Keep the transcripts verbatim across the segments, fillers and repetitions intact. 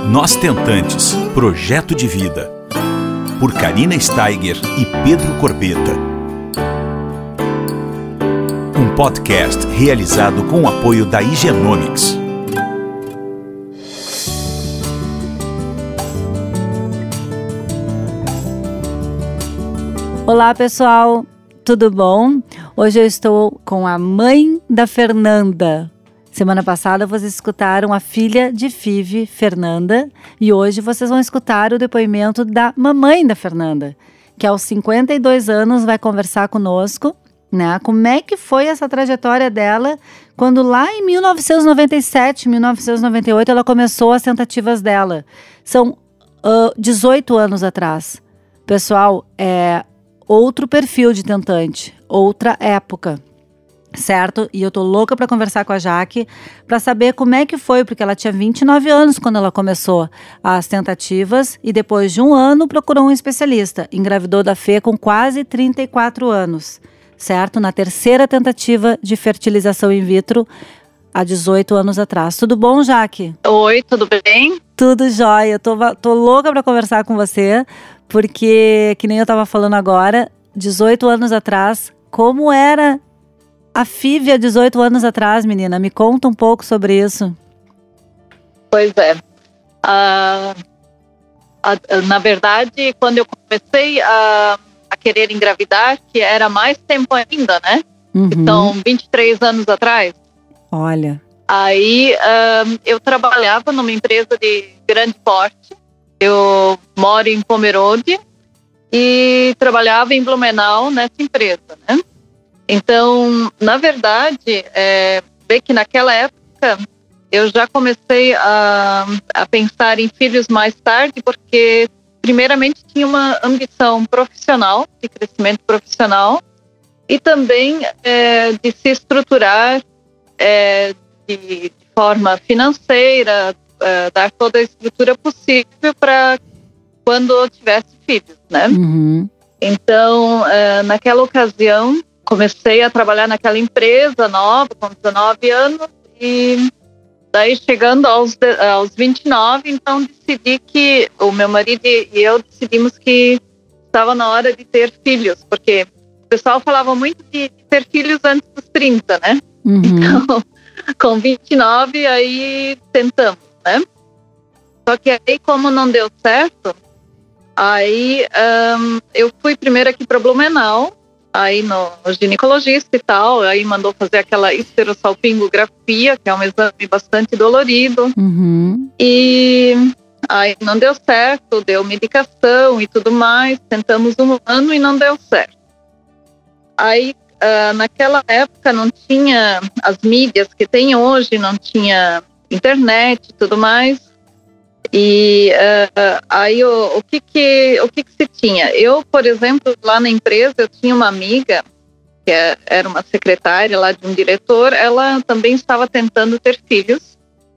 Nós Tentantes, Projeto de Vida, por Karina Steiger e Pedro Corbeta. Um podcast realizado com o apoio da Higienomics. Olá, pessoal, tudo bom? Hoje eu estou com a mãe da Fernanda. Semana passada vocês escutaram a filha de Five, Fernanda, e hoje vocês vão escutar o depoimento da mamãe da Fernanda, que aos cinquenta e dois anos vai conversar conosco, né? Como é que foi essa trajetória dela quando lá em mil novecentos e noventa e sete, mil novecentos e noventa e oito ela começou as tentativas dela. São uh, dezoito anos atrás. Pessoal, é outro perfil de tentante, outra época. Certo? E eu tô louca para conversar com a Jaque para saber como é que foi, porque ela tinha vinte e nove anos quando ela começou as tentativas e depois de um ano procurou um especialista. Engravidou da Fê com quase trinta e quatro anos, certo? Na terceira tentativa de fertilização in vitro há dezoito anos atrás. Tudo bom, Jaque? Oi, tudo bem? Tudo jóia. Tô, tô louca para conversar com você, porque, que nem eu tava falando agora, dezoito anos atrás, como era a Five há dezoito anos atrás, menina? Me conta um pouco sobre isso. Pois é. Uh, uh, na verdade, quando eu comecei a, a querer engravidar, que era mais tempo ainda, né? Uhum. Então, vinte e três anos atrás. Olha. Aí, uh, eu trabalhava numa empresa de grande porte. Eu moro em Pomerode e trabalhava em Blumenau nessa empresa, né? Então, na verdade, é, vê que naquela época eu já comecei a, a pensar em filhos mais tarde, porque primeiramente tinha uma ambição profissional, de crescimento profissional, e também é, de se estruturar é, de, de forma financeira, é, dar toda a estrutura possível para quando eu tivesse filhos, né? Uhum. Então, é, naquela ocasião, comecei a trabalhar naquela empresa nova, com dezenove anos, e daí chegando aos, aos vinte e nove, então decidi que, o meu marido e eu decidimos que estava na hora de ter filhos, porque o pessoal falava muito de ter filhos antes dos trinta, né? Uhum. Então, com vinte e nove, aí tentamos, né? Só que aí, como não deu certo, aí um, eu fui primeiro aqui para Blumenau, aí no, no ginecologista e tal, aí mandou fazer aquela esterossalpingografia, que é um exame bastante dolorido. Uhum. E aí não deu certo, deu medicação e tudo mais, tentamos um ano e não deu certo. Aí, uh, naquela época não tinha as mídias que tem hoje, não tinha internet e tudo mais. E uh, aí o, o, que, que, o que que se tinha? Eu, por exemplo, lá na empresa, eu tinha uma amiga, que é, era uma secretária lá de um diretor, ela também estava tentando ter filhos.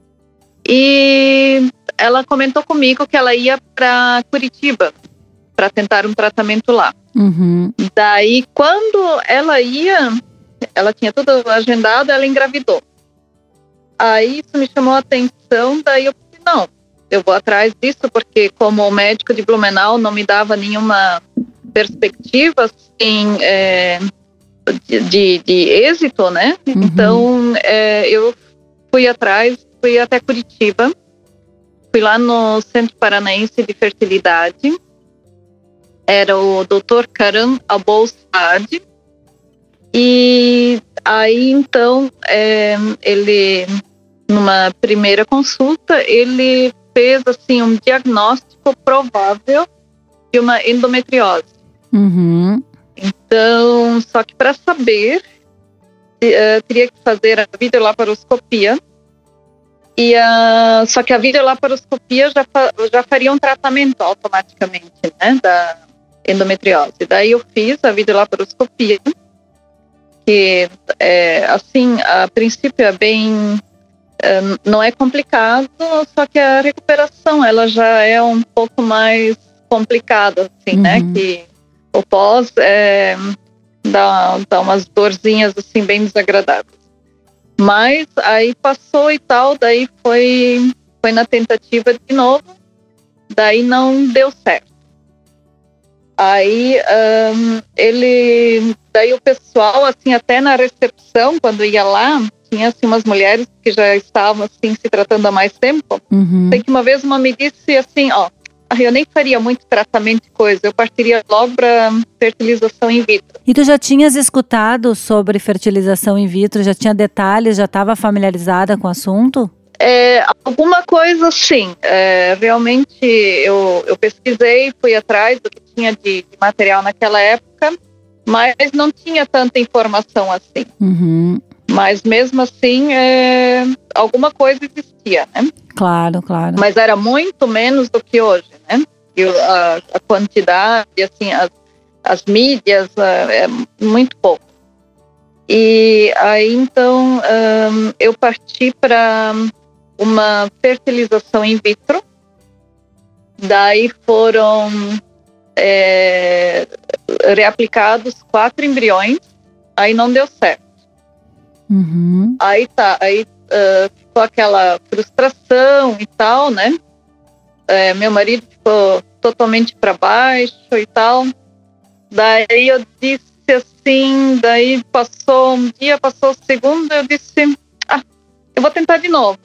E ela comentou comigo que ela ia para Curitiba para tentar um tratamento lá. Uhum. Daí, quando ela ia, ela tinha tudo agendado, ela engravidou. Aí isso me chamou a atenção, daí eu pensei, não, eu vou atrás disso, porque como o médico de Blumenau não me dava nenhuma perspectiva assim, é, de, de, de êxito, né? Uhum. Então, é, eu fui atrás, fui até Curitiba, fui lá no Centro Paranaense de Fertilidade, era o doutor Karan Abou-Saad, e aí, então, é, ele, numa primeira consulta, ele fez assim um diagnóstico provável de uma endometriose. Uhum. Então, só que para saber, uh, teria que fazer a videolaparoscopia. E uh, só que a videolaparoscopia já, fa- já faria um tratamento automaticamente, né, da endometriose. Daí eu fiz a videolaparoscopia, que é, assim, a princípio é bem... Uh, não é complicado, só que a recuperação ela já é um pouco mais complicada, assim, uhum. né? Que o pós é, dá, dá umas dorzinhas assim bem desagradáveis. Mas aí passou e tal, daí foi foi na tentativa de novo, daí não deu certo. Aí um, ele, daí o pessoal, assim, até na recepção, quando ia lá, tinha assim umas mulheres que já estavam assim se tratando há mais tempo. Uhum. Sei que uma vez uma me disse assim, ó, eu nem faria muito tratamento de coisa, eu partiria logo para fertilização in vitro. E tu já tinhas escutado sobre fertilização in vitro? Já tinha detalhes? Já estava familiarizada com o assunto? É, alguma coisa sim, é, realmente eu, eu pesquisei, fui atrás do que tinha de, de material naquela época, mas não tinha tanta informação assim. Uhum. Mas mesmo assim, é, alguma coisa existia, né? Claro, claro. Mas era muito menos do que hoje, né? E a, a quantidade, assim, as, as mídias, é, é muito pouco. E aí, então, um, eu parti para uma fertilização in vitro. Daí foram é, reaplicados quatro embriões. Aí não deu certo. Uhum. Aí tá, aí uh, ficou aquela frustração e tal, né? É, meu marido ficou totalmente para baixo e tal. Daí eu disse assim, daí passou um dia, passou o segundo, eu disse, ah, eu vou tentar de novo.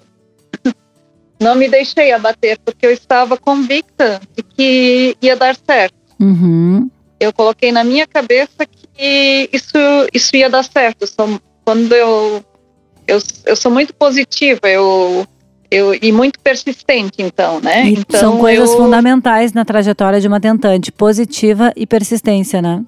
Não me deixei abater, porque eu estava convicta de que ia dar certo. Uhum. Eu coloquei na minha cabeça que isso, isso ia dar certo. Eu sou, quando eu, eu, eu sou muito positiva, eu, eu, e muito persistente, então, né? E então, são coisas eu, fundamentais na trajetória de uma tentante, positiva e persistência, né?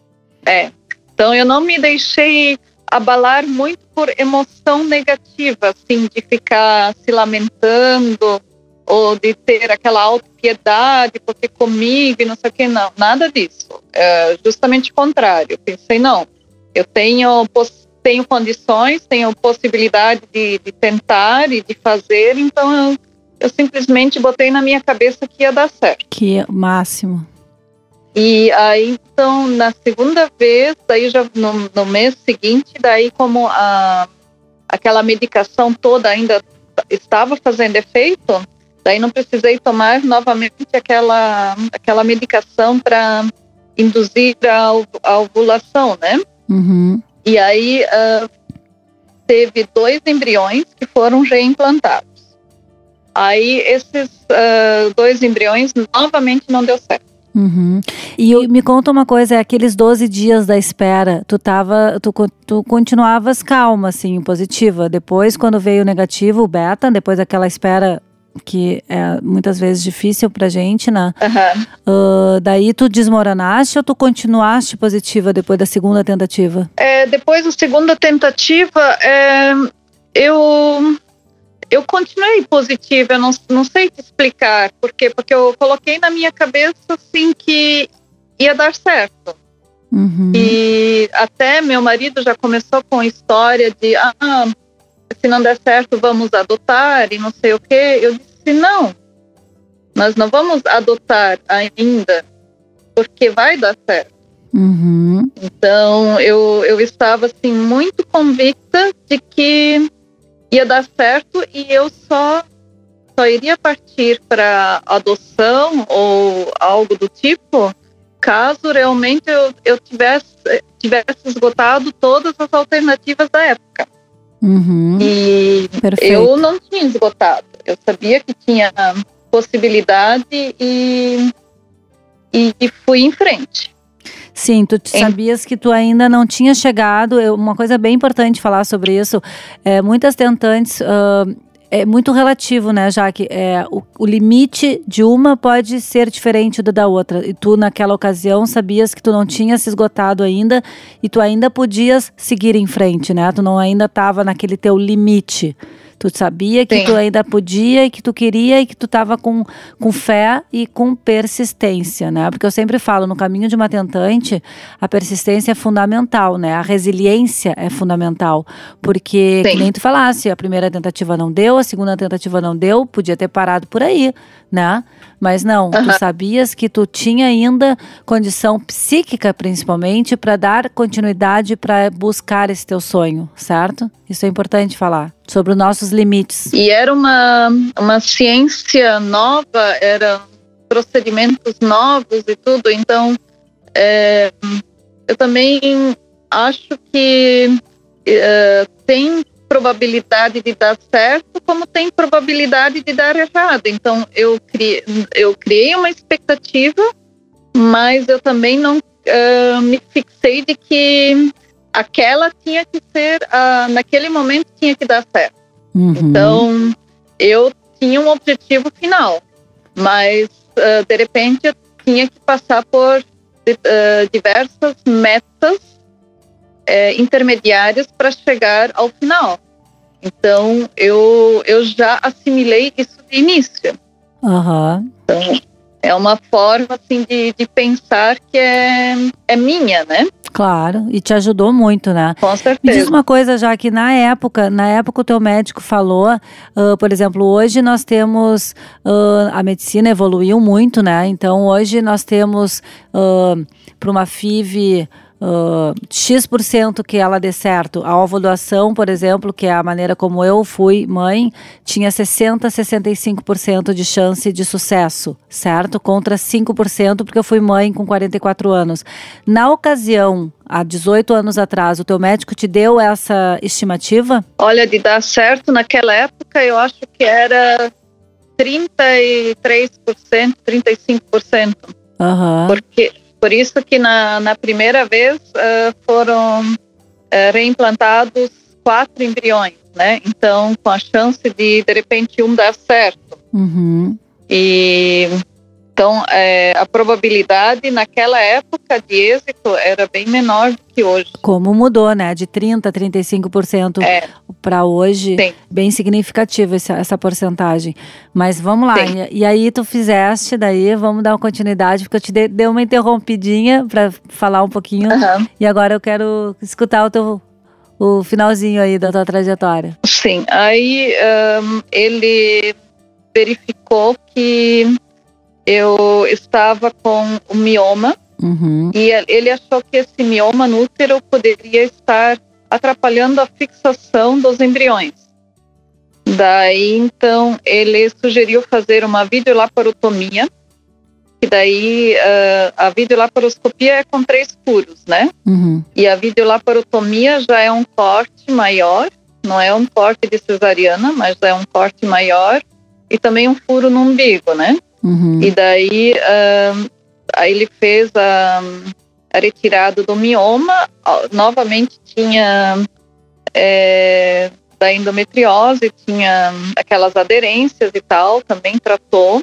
É, então eu não me deixei abalar muito por emoção negativa, assim, de ficar se lamentando ou de ter aquela autopiedade porque comigo e não sei o que, não, nada disso. É justamente o contrário. Eu pensei, não, eu tenho, tenho condições, tenho possibilidade de, de tentar e de fazer, então eu, eu simplesmente botei na minha cabeça que ia dar certo. Que máximo. E aí, então, na segunda vez, daí já no, no mês seguinte, daí como a, aquela medicação toda ainda estava fazendo efeito, daí não precisei tomar novamente aquela, aquela medicação para induzir a, a ovulação, né? Uhum. E aí uh, teve dois embriões que foram reimplantados. Aí esses uh, dois embriões novamente não deu certo. Uhum. E eu, me conta uma coisa, é aqueles doze dias da espera, tu tava, tu, tu continuavas calma, assim, positiva. Depois, quando veio o negativo, o beta, depois daquela espera que é muitas vezes difícil pra gente, né? Uhum. Uh, daí tu desmoronaste ou tu continuaste positiva depois da segunda tentativa? É, depois da segunda tentativa, é, eu... Eu continuei positiva, eu não, não sei te explicar por quê, porque eu coloquei na minha cabeça assim que ia dar certo. Uhum. E até meu marido já começou com a história de, ah, se não der certo vamos adotar e não sei o quê. Eu disse, não, nós não vamos adotar ainda, porque vai dar certo. Uhum. Então eu, eu estava assim muito convicta de que ia dar certo e eu só, só iria partir para adoção ou algo do tipo caso realmente eu, eu tivesse, tivesse esgotado todas as alternativas da época. Uhum. E Perfeito. Eu não tinha esgotado. Eu sabia que tinha possibilidade e, e, e fui em frente. Sim, tu sabias que tu ainda não tinha chegado. Eu, uma coisa bem importante falar sobre isso, é, muitas tentantes, uh, é muito relativo, né, Jaque? É, o, o limite de uma pode ser diferente do da outra. E tu, naquela ocasião, sabias que tu não tinha se esgotado ainda e tu ainda podias seguir em frente, né? Tu não ainda estava naquele teu limite. Tu sabia que Sim. tu ainda podia e que tu queria e que tu estava com, com fé e com persistência, né? Porque eu sempre falo, no caminho de uma tentante, a persistência é fundamental, né? A resiliência é fundamental. Porque, Sim. que nem tu falasse, a primeira tentativa não deu, a segunda tentativa não deu, podia ter parado por aí, né? Mas não, uhum. tu sabias que tu tinha ainda condição psíquica, principalmente, para dar continuidade, para buscar esse teu sonho, certo? Isso é importante falar, sobre os nossos limites. E era uma, uma ciência nova, eram procedimentos novos e tudo, então é, eu também acho que é, tem probabilidade de dar certo, como tem probabilidade de dar errado. Então eu criei, eu criei uma expectativa, mas eu também não uh, me fixei de que aquela tinha que ser, uh, naquele momento tinha que dar certo. Uhum. Então eu tinha um objetivo final, mas uh, de repente eu tinha que passar por uh, diversas metas uh, intermediárias para chegar ao final. Então eu, eu já assimilei isso de início. Uhum. Então é uma forma assim de, de pensar que é, é minha, né? Claro, e te ajudou muito, né? Com certeza. Me diz uma coisa, já que na época, na época o teu médico falou, uh, por exemplo, hoje nós temos, uh, a medicina evoluiu muito, né? Então hoje nós temos uh, para uma F I V uh, X por cento que ela dê certo. A ovulação, por exemplo, que é a maneira como eu fui mãe, tinha sessenta, sessenta e cinco por cento de chance de sucesso, certo? Contra cinco por cento porque eu fui mãe com quarenta e quatro anos. Na ocasião, há dezoito anos atrás, o teu médico te deu essa estimativa? Olha, de dar certo naquela época, eu acho que era trinta e três por cento, trinta e cinco por cento. Uhum. Porque, por isso que na, na primeira vez uh, foram uh, reimplantados quatro embriões, né? Então, com a chance de, de repente, um dar certo. Uhum. E... Então, é, a probabilidade naquela época de êxito era bem menor do que hoje. Como mudou, né? De trinta por cento, trinta e cinco por cento é. para hoje. Sim. Bem significativa essa, essa porcentagem. Mas vamos lá. E, e aí tu fizeste, daí vamos dar uma continuidade, porque eu te dei, dei uma interrompidinha para falar um pouquinho. Uhum. E agora eu quero escutar o teu o finalzinho aí da tua trajetória. Sim. Aí um, ele verificou que eu estava com um mioma, uhum. e ele achou que esse mioma no útero poderia estar atrapalhando a fixação dos embriões. Daí, então, ele sugeriu fazer uma videolaparotomia, que daí uh, a videolaparoscopia é com três furos, né? Uhum. E a videolaparotomia já é um corte maior, não é um corte de cesariana, mas é um corte maior, e também um furo no umbigo, né? Uhum. E daí, uh, aí ele fez a, a retirada do mioma, novamente tinha é, da endometriose, tinha aquelas aderências e tal, também tratou.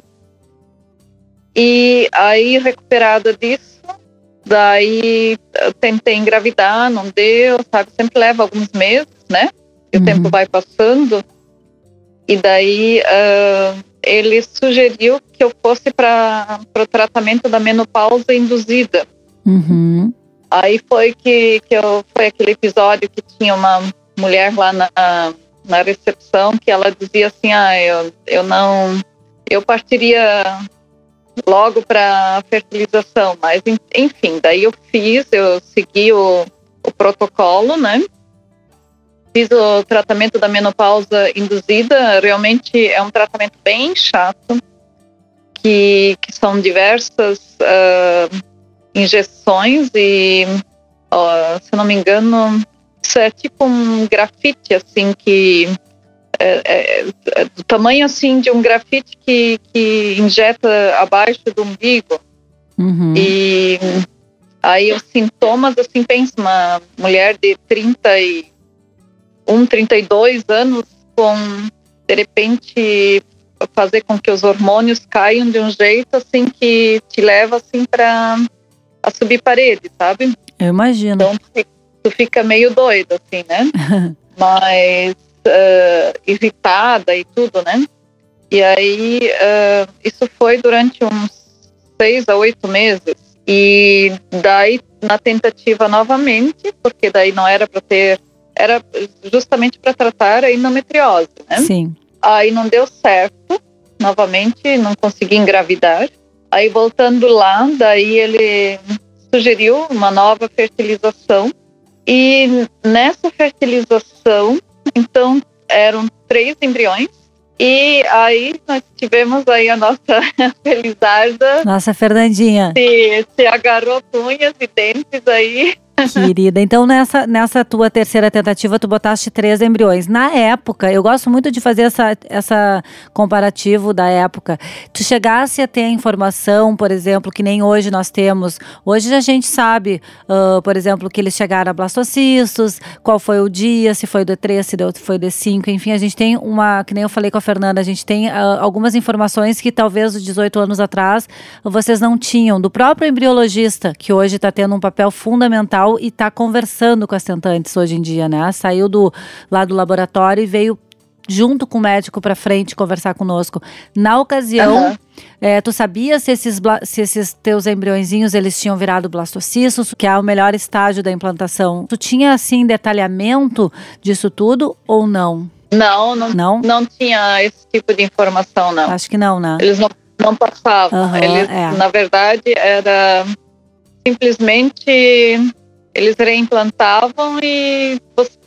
E aí, recuperada disso, daí eu tentei engravidar, não deu, sabe, sempre leva alguns meses, né? E uhum. o tempo vai passando. E daí... Uh, ele sugeriu que eu fosse para o tratamento da menopausa induzida. Uhum. Aí foi que, que eu, foi aquele episódio que tinha uma mulher lá na, na recepção que ela dizia assim, ah, eu, eu não, eu partiria logo para a fertilização, mas enfim, daí eu fiz, eu segui o, o protocolo, né? Fiz o tratamento da menopausa induzida, realmente é um tratamento bem chato, que, que são diversas uh, injeções e, uh, se eu não me engano, isso é tipo um grafite, assim, que é, é, é do tamanho, assim, de um grafite que, que injeta abaixo do umbigo. Uhum. E aí os sintomas, assim, pensa, uma mulher de trinta e um, trinta e dois anos, com, de repente, fazer com que os hormônios caiam de um jeito, assim, que te leva, assim, para a subir parede, sabe? Eu imagino. Então, tu fica meio doido, assim, né? Mas uh, irritada e tudo, né? E aí, uh, isso foi durante uns seis a oito meses. E daí, na tentativa novamente, porque daí não era para ter... Era justamente para tratar a endometriose, né? Sim. Aí não deu certo, novamente, não consegui engravidar. Aí voltando lá, daí ele sugeriu uma nova fertilização. E nessa fertilização, Então, eram três embriões. E aí, nós tivemos aí a nossa Felizarda. Nossa Fernandinha. Se, se agarrou com unhas e dentes aí. Querida, então nessa, nessa tua terceira tentativa tu botaste três embriões. Na época, eu gosto muito de fazer essa, essa comparativo da época. Tu chegasse a ter a informação, por exemplo, que nem hoje nós temos. Hoje a gente sabe, uh, por exemplo, que eles chegaram a blastocistos, qual foi o dia, se foi o D três, se foi o D cinco, enfim, a gente tem uma, que nem eu falei com a Fernanda, a gente tem uh, algumas informações que talvez dezoito anos atrás vocês não tinham, do próprio embriologista, que hoje está tendo um papel fundamental e está conversando com as tentantes hoje em dia, né? Saiu do, lá do laboratório e veio junto com o médico para frente conversar conosco. Na ocasião, uhum. é, tu sabia se esses, se esses teus embriõezinhos eles tinham virado blastocistos, que é o melhor estágio da implantação? Tu tinha, assim, detalhamento disso tudo ou não? Não, não, não, não tinha esse tipo de informação, não. Acho que não, né? Eles não, não passavam. Uhum, eles, é. Na verdade, era simplesmente... Eles reimplantavam e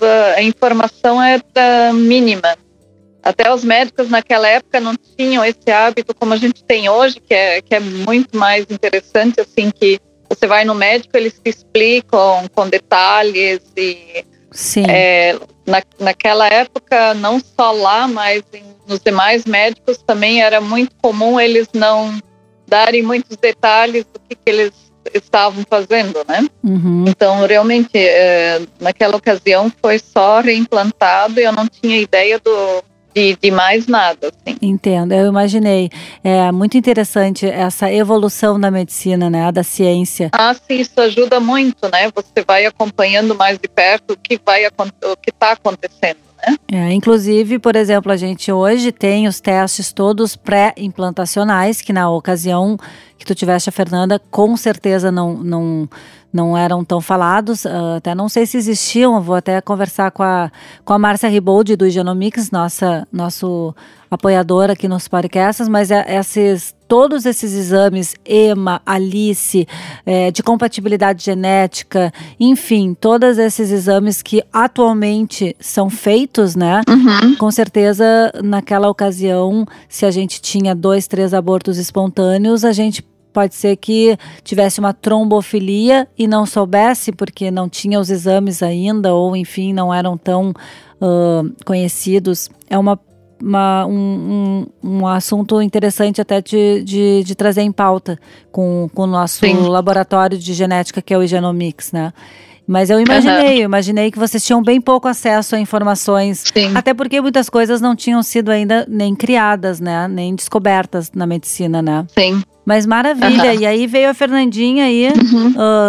a informação era mínima. Até os médicos naquela época não tinham esse hábito como a gente tem hoje, que é, que é muito mais interessante, assim, que você vai no médico, eles te explicam com detalhes. E, Sim. É, na, naquela época, não só lá, mas em, nos demais médicos também era muito comum eles não darem muitos detalhes do que, que eles estavam fazendo, né? Uhum. Então, realmente, é, naquela ocasião foi só reimplantado e eu não tinha ideia do, de, de mais nada, assim. Entendo, eu imaginei. É muito interessante essa evolução da medicina, né? Da ciência. Ah, sim, isso ajuda muito, né? Você vai acompanhando mais de perto o que vai, o que está acontecendo, né? É, inclusive, por exemplo, a gente hoje tem os testes todos pré-implantacionais, que na ocasião que tu tiveste a Fernanda, com certeza não, não, não eram tão falados, uh, até não sei se existiam, eu vou até conversar com a, com a Márcia Riboldi do Genomics, nossa, nosso apoiador aqui nos podcasts, mas é, esses, todos esses exames, E M A, Alice, é, de compatibilidade genética, enfim, todos esses exames que atualmente são feitos, né? Uhum. Com certeza, naquela ocasião, se a gente tinha dois, três abortos espontâneos, a gente pode ser que tivesse uma trombofilia e não soubesse, porque não tinha os exames ainda, ou enfim, não eram tão uh, conhecidos. É uma, uma, um, um, um assunto interessante até de, de, de trazer em pauta com, com o nosso Sim. laboratório de genética, que é o Genomics, né? Mas eu imaginei, uhum. eu imaginei que vocês tinham bem pouco acesso a informações, Sim. até porque muitas coisas não tinham sido ainda nem criadas, né, nem descobertas na medicina, né? Sim. Mas maravilha, Uhum. e aí veio a Fernandinha aí, uhum.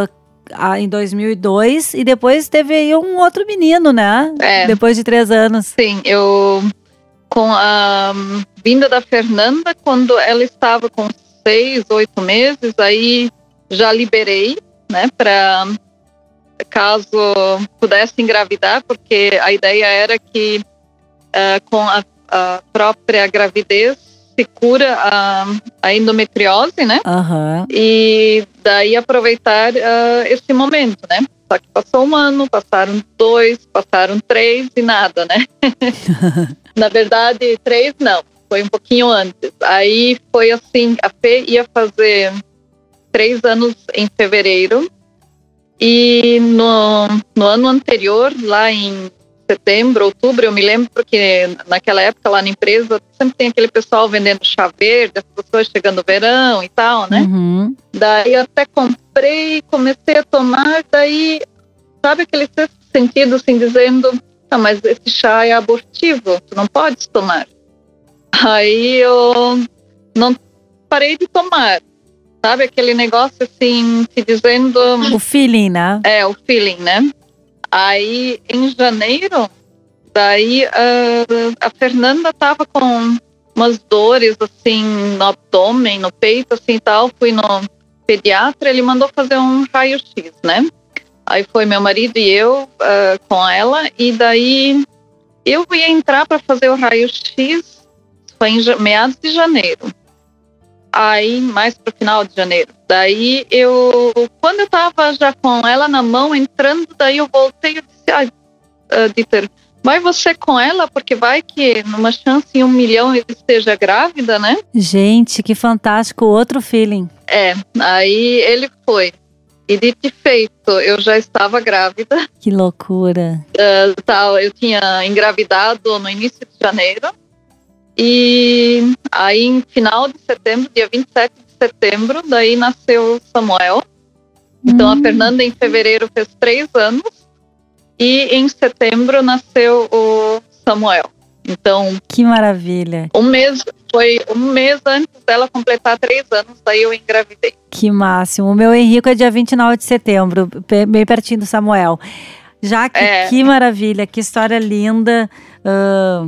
uh, em dois mil e dois, e depois teve aí um outro menino, né? É. Depois de três anos. Sim, eu, com a um, vinda da Fernanda, quando ela estava com seis, oito meses, aí já liberei, né, para... caso pudesse engravidar, porque a ideia era que uh, com a, a própria gravidez se cura a, a endometriose, né? Uhum. E daí aproveitar uh, esse momento, né? Só que passou um ano, passaram dois, passaram três e nada, né? Na verdade, três não, foi um pouquinho antes. Aí foi assim, a Fê ia fazer três anos em fevereiro. E no, no ano anterior, lá em setembro, outubro, eu me lembro porque naquela época lá na empresa sempre tem aquele pessoal vendendo chá verde, as pessoas chegando no verão e tal, né? Uhum. Daí eu até comprei, comecei a tomar, daí sabe aquele sentido assim dizendo, ah, mas esse chá é abortivo, tu não podes tomar. Aí eu não parei de tomar. Sabe, aquele negócio assim, te dizendo... O feeling, né? É, o feeling, né? Aí, em janeiro, daí uh, a Fernanda tava com umas dores, assim, no abdômen, no peito, assim, tal. Fui no pediatra, ele mandou fazer um raio-x, né? Aí foi meu marido e eu uh, com ela. E daí, eu ia entrar para fazer o raio-x, foi em meados de janeiro. Aí, mais pro final de janeiro. Daí, eu... Quando eu tava já com ela na mão, entrando, daí eu voltei e disse... Ai, uh, Dieter, vai você com ela, porque vai que numa chance em um milhão ele esteja grávida, né? Gente, que fantástico, outro feeling. É, aí ele foi. E dito e feito, eu já estava grávida. Que loucura. Uh, tal, eu tinha engravidado no início de janeiro. E aí, em final de setembro, dia vinte e sete de setembro, daí nasceu o Samuel. Então, hum. a Fernanda, em fevereiro, fez três anos. E em setembro, nasceu o Samuel. Então... Que maravilha. Um mês, foi um mês antes dela completar três anos, daí eu engravidei. Que máximo. O meu Henrico é dia vinte e nove de setembro, bem pertinho do Samuel. Já que, é. que maravilha, que história linda. Uh...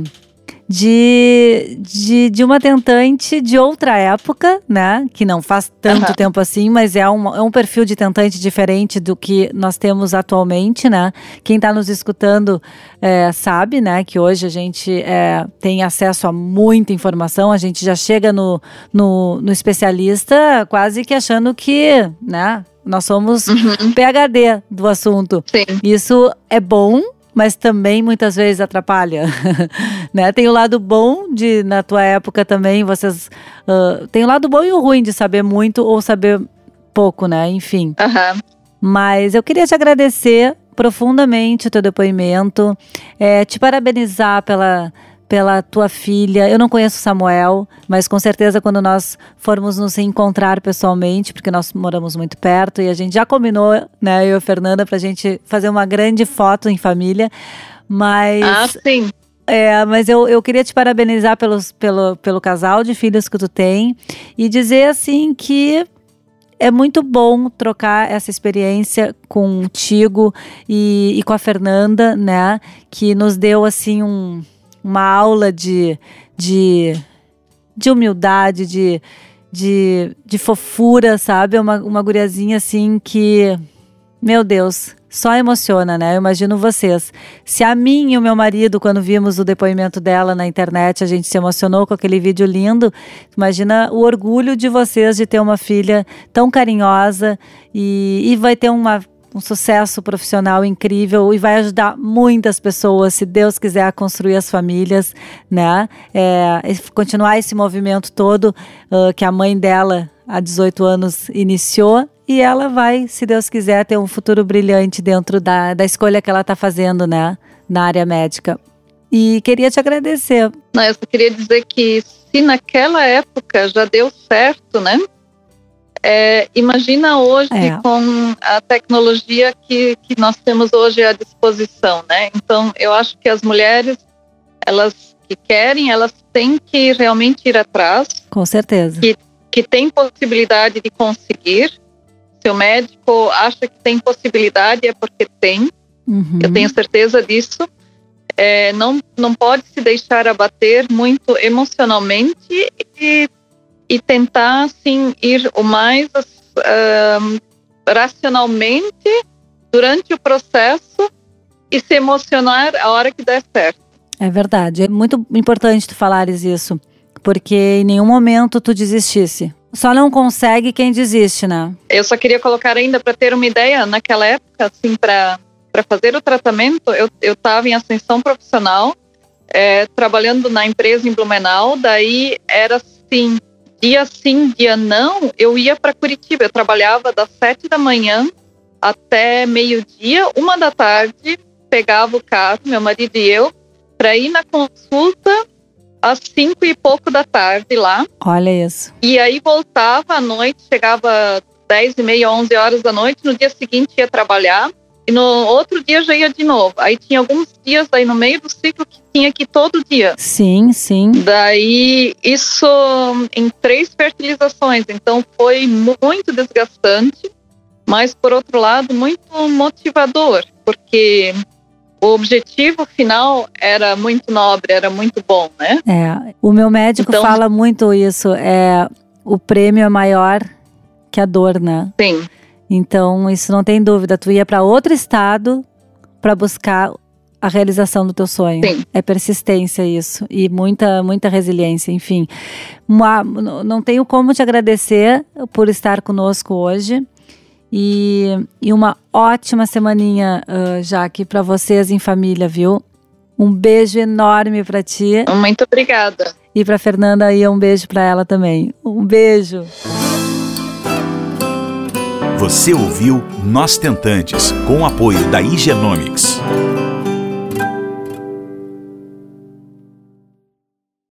De, de, de uma tentante de outra época, né? Que não faz tanto uhum. tempo assim, mas é um, é um perfil de tentante diferente do que nós temos atualmente, né? Quem está nos escutando é, sabe, né? Que hoje a gente é, tem acesso a muita informação, a gente já chega no, no, no especialista quase que achando que, né? Nós somos uhum. P H D do assunto. Sim. Isso é bom, mas também muitas vezes atrapalha, né? Tem o lado bom de, na tua época também, vocês... Uh, tem o lado bom e o ruim de saber muito ou saber pouco, né? Enfim. Uhum. Mas eu queria te agradecer profundamente o teu depoimento, é, te parabenizar pela... pela tua filha. Eu não conheço o Samuel, mas com certeza quando nós formos nos encontrar pessoalmente, porque nós moramos muito perto e a gente já combinou, né, eu e a Fernanda, pra gente fazer uma grande foto em família, mas... Ah, sim. É, mas eu, eu queria te parabenizar pelos, pelo, pelo casal de filhos que tu tem e dizer assim que é muito bom trocar essa experiência contigo e, e com a Fernanda, né, que nos deu assim um... uma aula de, de, de humildade, de, de, de fofura, sabe? Uma, uma guriazinha assim que, meu Deus, só emociona, né? Eu imagino vocês. Se a mim e o meu marido, quando vimos o depoimento dela na internet, a gente se emocionou com aquele vídeo lindo, imagina o orgulho de vocês de ter uma filha tão carinhosa e, e vai ter uma... um sucesso profissional incrível e vai ajudar muitas pessoas, se Deus quiser, a construir as famílias, né? É, continuar esse movimento todo uh, que a mãe dela, há dezoito anos, iniciou, e ela vai, se Deus quiser, ter um futuro brilhante dentro da, da escolha que ela está fazendo, né? Na área médica. E queria te agradecer. Não, eu só queria dizer que se naquela época já deu certo, né? É, imagina hoje é. com a tecnologia que, que nós temos hoje à disposição, né? Então, eu acho que as mulheres, elas que querem, elas têm que realmente ir atrás. Com certeza. Que, que tem possibilidade de conseguir. Se o médico acha que tem possibilidade, é porque tem. Uhum. Eu tenho certeza disso. É, não, não pode se deixar abater muito emocionalmente e e tentar, assim, ir o mais uh, racionalmente durante o processo e se emocionar a hora que der certo. É verdade, é muito importante tu falares isso, porque em nenhum momento tu desistisse. Só não consegue quem desiste, né? Eu só queria colocar ainda, para ter uma ideia, naquela época, assim, para para fazer o tratamento, eu eu estava em ascensão profissional, é, trabalhando na empresa em Blumenau, daí era assim... dia sim, dia não, eu ia para Curitiba. Eu trabalhava das sete da manhã até meio-dia, uma da tarde, pegava o carro, meu marido e eu, para ir na consulta às cinco e pouco da tarde lá. Olha isso. E aí voltava à noite, chegava dez e meia, onze horas da noite, no dia seguinte ia trabalhar. E no outro dia já ia de novo. Aí tinha alguns dias aí no meio do ciclo que tinha que ir todo dia. Sim, sim. Daí isso em três fertilizações. Então foi muito desgastante, mas por outro lado muito motivador, porque o objetivo final era muito nobre, era muito bom, né? É, o meu médico então, fala muito isso. É, o prêmio é maior que a dor, né? Sim. Então, isso não tem dúvida. Tu ia para outro estado para buscar a realização do teu sonho. Sim. É persistência isso. E muita, muita resiliência, enfim. Uma, não tenho como te agradecer por estar conosco hoje. E, e uma ótima semaninha, uh, Jaque, para vocês em família, viu? Um beijo enorme pra ti. Muito obrigada. E pra Fernanda aí, um beijo pra ela também. Um beijo. Você ouviu Nós Tentantes, com o apoio da Igenomics.